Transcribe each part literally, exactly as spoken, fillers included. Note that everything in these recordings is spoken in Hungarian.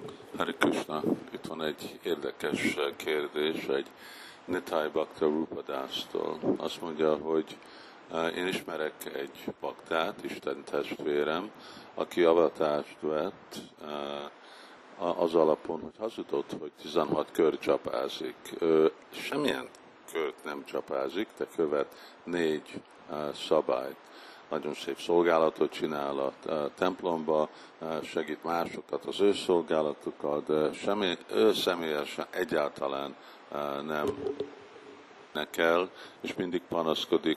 Hare Krishna, itt van egy érdekes kérdés, egy Nitai Bhakta Rupadástól. Azt mondja, hogy uh, én ismerek egy baktát, Isten testvérem, aki avatást vett uh, az alapon, hogy hazudott, hogy tizenhat kör csapázik. Ő semmilyen kört nem csapázik, de követ négy uh, szabályt. Nagyon szép szolgálatot csinál a templomba, segít másokat az ő szolgálatukkal, de semmi, ő személyesen egyáltalán nem nekel, és mindig panaszkodik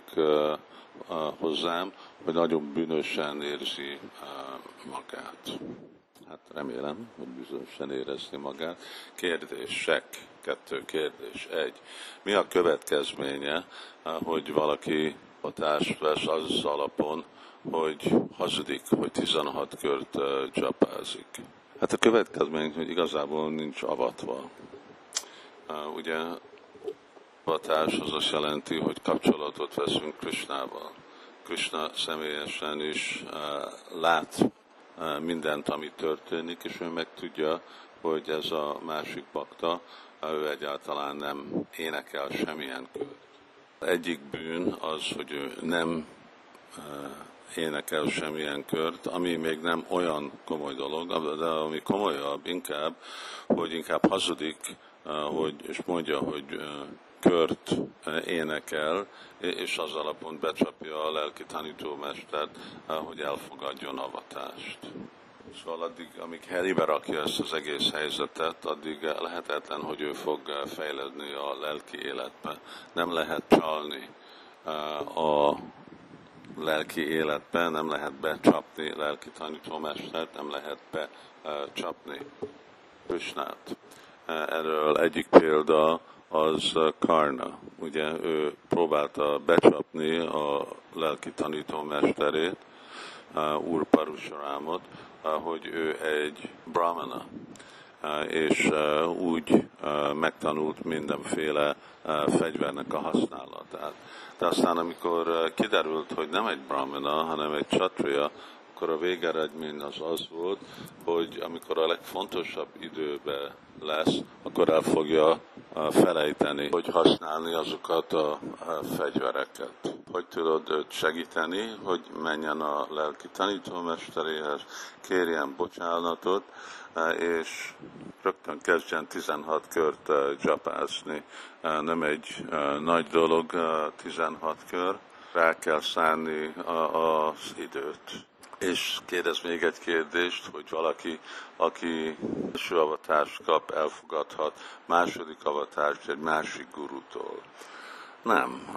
hozzám, hogy nagyon bűnösen érzi magát. Hát remélem, hogy bűnösen érezni magát. Kérdések, kettő kérdés. Egy, mi a következménye, hogy valaki hatást vesz az alapon, hogy hazudik, hogy tizenhat kört uh, csapázik. Hát a következmény, hogy igazából nincs avatva. Uh, ugye avatás az azt jelenti, hogy kapcsolatot veszünk Krishnával. Krishna személyesen is uh, lát uh, mindent, ami történik, és ő megtudja, hogy ez a másik bakta, uh, ő egyáltalán nem énekel semmilyen kört. Egyik bűn az, hogy ő nem uh, énekel semmilyen kört, ami még nem olyan komoly dolog, de ami komolyabb inkább, hogy inkább hazudik, uh, hogy, és mondja, hogy uh, kört uh, énekel, és az alapon becsapja a lelki tanítómestert, uh, hogy elfogadjon avatást. Szóval addig, amíg helyébe rakja ezt az egész helyzetet, addig lehetetlen, hogy ő fog fejlődni a lelki életbe. Nem lehet csalni a lelki életbe, nem lehet becsapni lelki tanítómestert, nem lehet becsapni Krishnát. Erről egyik példa az Karna. Ugye ő próbálta becsapni a lelki tanítómesterét, Úr Parusarámot, hogy ő egy brahmana, és úgy megtanult mindenféle fegyvernek a használatát. De aztán, amikor kiderült, hogy nem egy brahmana, hanem egy kshatriya, akkor a végeredmény az az volt, hogy amikor a legfontosabb időben lesz, akkor el fogja felejteni, hogy használni azokat a fegyvereket. Hogy tudod őt segíteni, hogy menjen a lelki tanítómesteréhez, kérjen bocsánatot, és rögtön kezdjen tizenhat kört dzsapázni. Nem egy nagy dolog tizenhat kör, rá kell szánni az időt. És kérdez még egy kérdést, hogy valaki, aki első avatást kap, elfogadhat második avatást egy másik gurutól. Nem.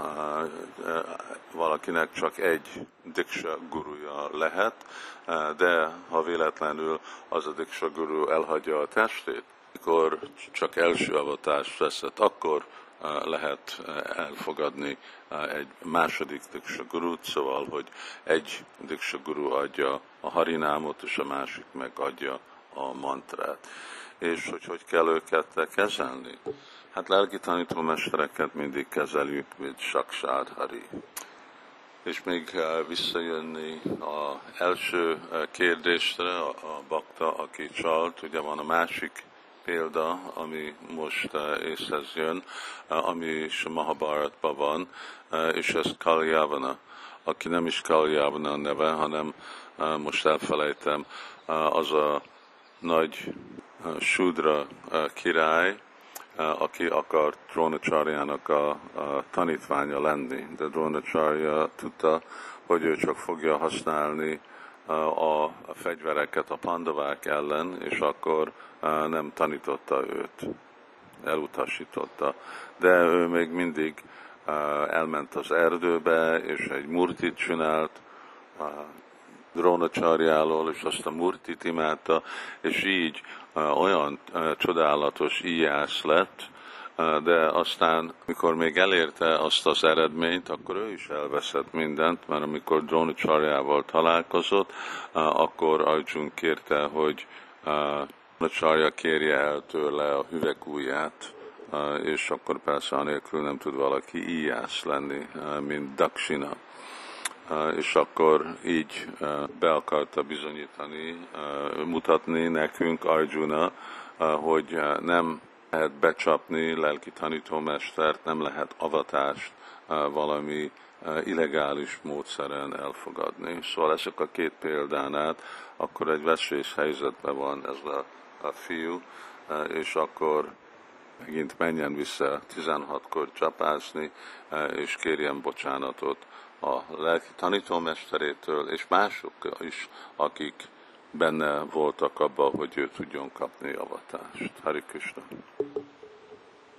Valakinek csak egy diksa guruja lehet, de ha véletlenül az a diksa guru elhagyja a testét, akkor csak első avatást veszett, akkor lehet elfogadni egy második diksa gurút, szóval, hogy egy diksa guru adja a harinámot, és a másik megadja a mantrát. És hogy hogy kell őket kezelni? Hát lelki tanítómestereket mindig kezeljük, mint Saksát Hari. És még visszajönni az első kérdésre, a bakta, aki csalt, ugye van a másik példa, ami most észhez jön, ami is Mahabharatban van, és ez Kalyavana, aki nem is Kalyavana neve, hanem most elfelejtem, az a nagy Shudra király, aki akart Drónacsarjának a, a tanítványa lenni, de Drónacsarja tudta, hogy ő csak fogja használni a, a fegyvereket a pandavák ellen, és akkor nem tanította őt, elutasította. De ő még mindig elment az erdőbe, és egy murtit csinált Drónacsarjáról, és azt a murtit imádta, és így olyan csodálatos íjász lett, de aztán, mikor még elérte azt az eredményt, akkor ő is elveszett mindent, mert amikor Drónacsarjával találkozott, akkor Arjun kérte, hogy Drónacsarja kérje el tőle a hüvelyújját, és akkor persze anélkül nem tud valaki íjász lenni, mint Daksina. és akkor így be akarta bizonyítani, mutatni nekünk Arjuna, hogy nem lehet becsapni lelki tanítómestert, nem lehet avatást valami illegális módszeren elfogadni. Szóval ezek a két példán át, akkor egy veszélyes helyzetben van ez a, a fiú, és akkor megint menjen vissza tizenhatkor csapázni, és kérjen bocsánatot a lelki tanítómesterétől, és mások is, akik benne voltak abban, hogy ő tudjon kapni avatást. Hari Krishna.